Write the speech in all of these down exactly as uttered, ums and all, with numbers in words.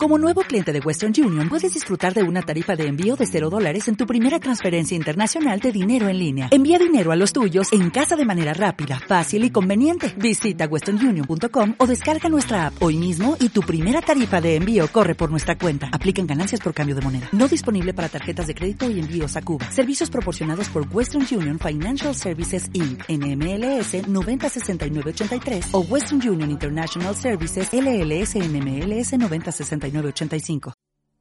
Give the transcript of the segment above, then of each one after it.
Como nuevo cliente de Western Union, puedes disfrutar de una tarifa de envío de cero dólares en tu primera transferencia internacional de dinero en línea. Envía dinero a los tuyos en casa de manera rápida, fácil y conveniente. Visita western union punto com o descarga nuestra app hoy mismo y tu primera tarifa de envío corre por nuestra cuenta. Aplican ganancias por cambio de moneda. No disponible para tarjetas de crédito y envíos a Cuba. Servicios proporcionados por Western Union Financial Services incorporated. N M L S noventa sesenta y nueve ochenta y tres o Western Union International Services L L S N M L S noventa sesenta y nueve ochenta y cinco.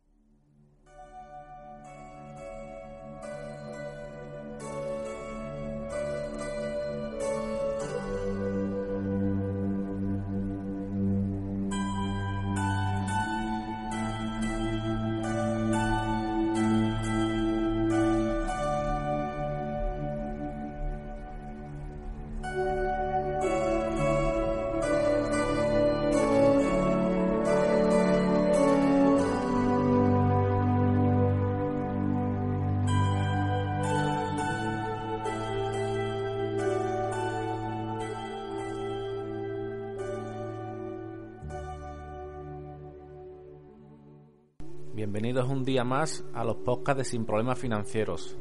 Bienvenidos un día más a los podcasts de Sin Problemas Financieros.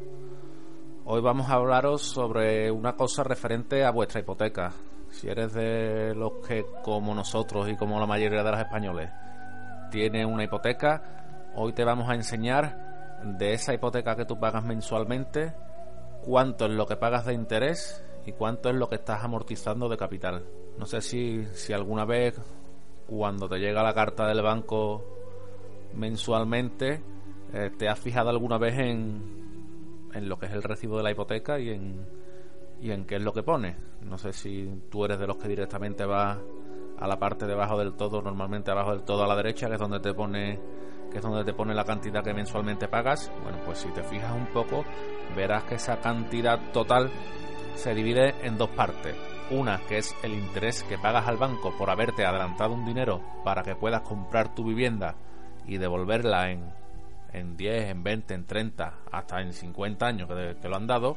Hoy vamos a hablaros sobre una cosa referente a vuestra hipoteca. Si eres de los que, como nosotros y como la mayoría de los españoles, tiene una hipoteca, hoy te vamos a enseñar de esa hipoteca que tú pagas mensualmente, cuánto es lo que pagas de interés y cuánto es lo que estás amortizando de capital. No sé si, si alguna vez, cuando te llega la carta del banco mensualmente, eh, te has fijado alguna vez en, en lo que es el recibo de la hipoteca y en, y en qué es lo que pone. No sé si tú eres de los que directamente vas a la parte de abajo del todo, normalmente abajo del todo a la derecha, que es donde te pone que es donde te pone la cantidad que mensualmente pagas. Bueno, pues si te fijas un poco, verás que esa cantidad total se divide en dos partes. Una, que es el interés que pagas al banco por haberte adelantado un dinero para que puedas comprar tu vivienda y devolverla en, en diez, en veinte, en treinta, hasta en cincuenta años que te lo han dado.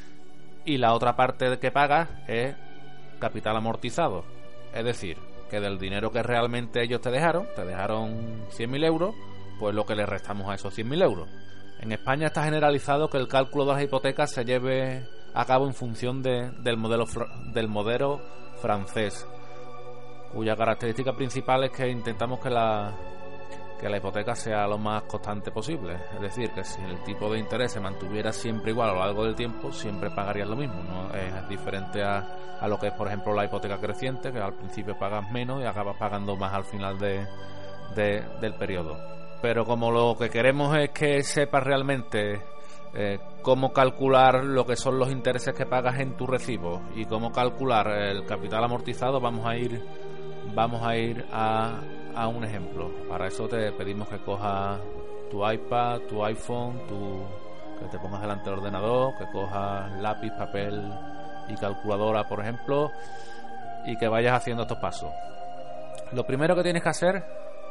Y la otra parte que pagas es capital amortizado. Es decir, que del dinero que realmente ellos te dejaron, te dejaron cien mil euros, pues lo que le restamos a esos cien mil euros. En España está generalizado que el cálculo de las hipotecas se lleve a cabo en función de, del, modelo, del modelo francés, cuya característica principal es que intentamos que la que la hipoteca sea lo más constante posible. Es decir, que si el tipo de interés se mantuviera siempre igual a lo largo del tiempo, siempre pagarías lo mismo. No es diferente a, a lo que es, por ejemplo, la hipoteca creciente, que al principio pagas menos y acabas pagando más al final de, de, del periodo. Pero como lo que queremos es que sepas realmente eh, cómo calcular lo que son los intereses que pagas en tu recibo y cómo calcular el capital amortizado, vamos a ir vamos a ir a a un ejemplo. Para eso te pedimos que cojas tu iPad, tu iPhone, tu, que te pongas delante del ordenador, que cojas lápiz, papel y calculadora, por ejemplo, y que vayas haciendo estos pasos. Lo primero que tienes que hacer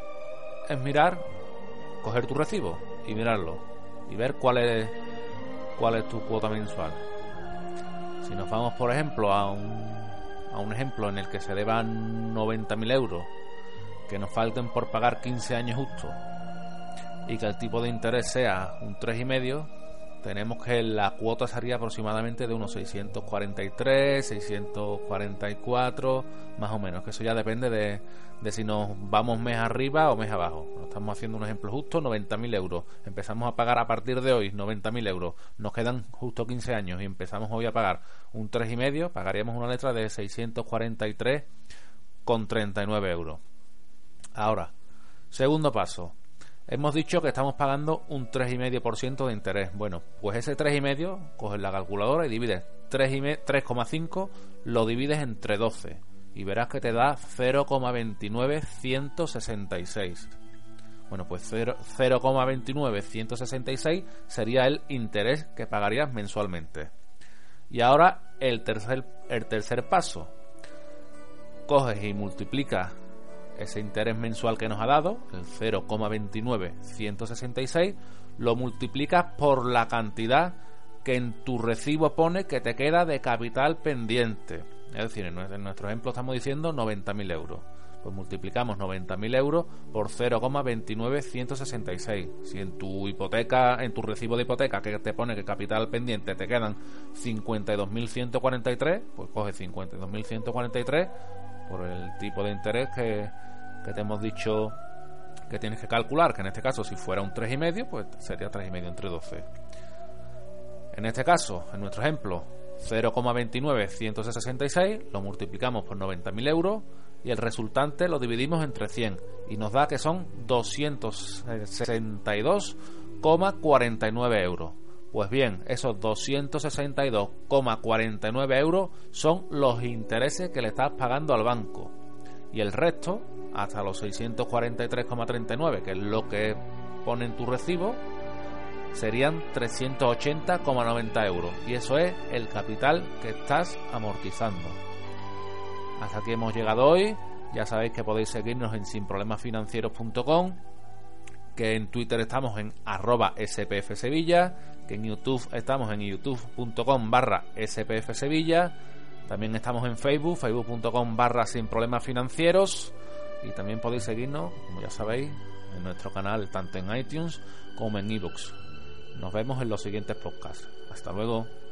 es mirar, coger tu recibo y mirarlo y ver cuál es cuál es tu cuota mensual. Si nos vamos, por ejemplo, a un a un ejemplo en el que se deban noventa mil euros, que nos falten por pagar quince años justo y que el tipo de interés sea un tres coma cinco, tenemos que la cuota sería aproximadamente de unos seiscientos cuarenta y tres, seiscientos cuarenta y cuatro, más o menos, que eso ya depende de, de si nos vamos mes arriba o mes abajo. Estamos haciendo un ejemplo justo, noventa mil euros, empezamos a pagar a partir de hoy noventa mil euros, nos quedan justo quince años y empezamos hoy a pagar un tres coma cinco, pagaríamos una letra de seiscientos cuarenta y tres con treinta y nueve euros. Ahora, segundo paso. Hemos dicho que estamos pagando un tres coma cinco por ciento de interés. Bueno, pues ese tres coma cinco, coges la calculadora y divides tres coma cinco, lo divides entre doce y verás que te da cero coma veintinueve ciento sesenta y seis. Bueno, pues cero coma veintinueve ciento sesenta y seis sería el interés que pagarías mensualmente. Y ahora el tercer, el tercer paso. Coges y multiplicas ese interés mensual que nos ha dado, el cero coma veintinueve ciento sesenta y seis, lo multiplicas por la cantidad que en tu recibo pone que te queda de capital pendiente. Es decir, en nuestro ejemplo estamos diciendo noventa mil euros. Pues multiplicamos noventa mil euros por cero coma veintinueve ciento sesenta y seis. Si en tu hipoteca, en tu recibo de hipoteca que te pone que capital pendiente te quedan cincuenta y dos mil ciento cuarenta y tres, pues coge cincuenta y dos mil ciento cuarenta y tres por el tipo de interés que, que te hemos dicho que tienes que calcular, que en este caso si fuera un tres coma cinco, pues sería tres coma cinco entre doce. En este caso, en nuestro ejemplo, cero coma veintinueve ciento sesenta y seis lo multiplicamos por noventa mil euros y el resultante lo dividimos entre cien y nos da que son doscientos sesenta y dos coma cuarenta y nueve euros. Pues bien, esos doscientos sesenta y dos coma cuarenta y nueve euros son los intereses que le estás pagando al banco, y el resto, hasta los seiscientos cuarenta y tres coma treinta y nueve, que es lo que pone en tu recibo, serían trescientos ochenta coma noventa euros, y eso es el capital que estás amortizando. Hasta aquí hemos llegado hoy. Ya sabéis que podéis seguirnos en sin problemas financieros punto com, que en Twitter estamos en arroba spfsevilla, que en YouTube estamos en youtube punto com barra spfsevilla, también estamos en Facebook, facebook punto com barra sin problemas financieros, y también podéis seguirnos, como ya sabéis, en nuestro canal tanto en iTunes como en iVoox. Nos vemos en los siguientes podcasts. Hasta luego.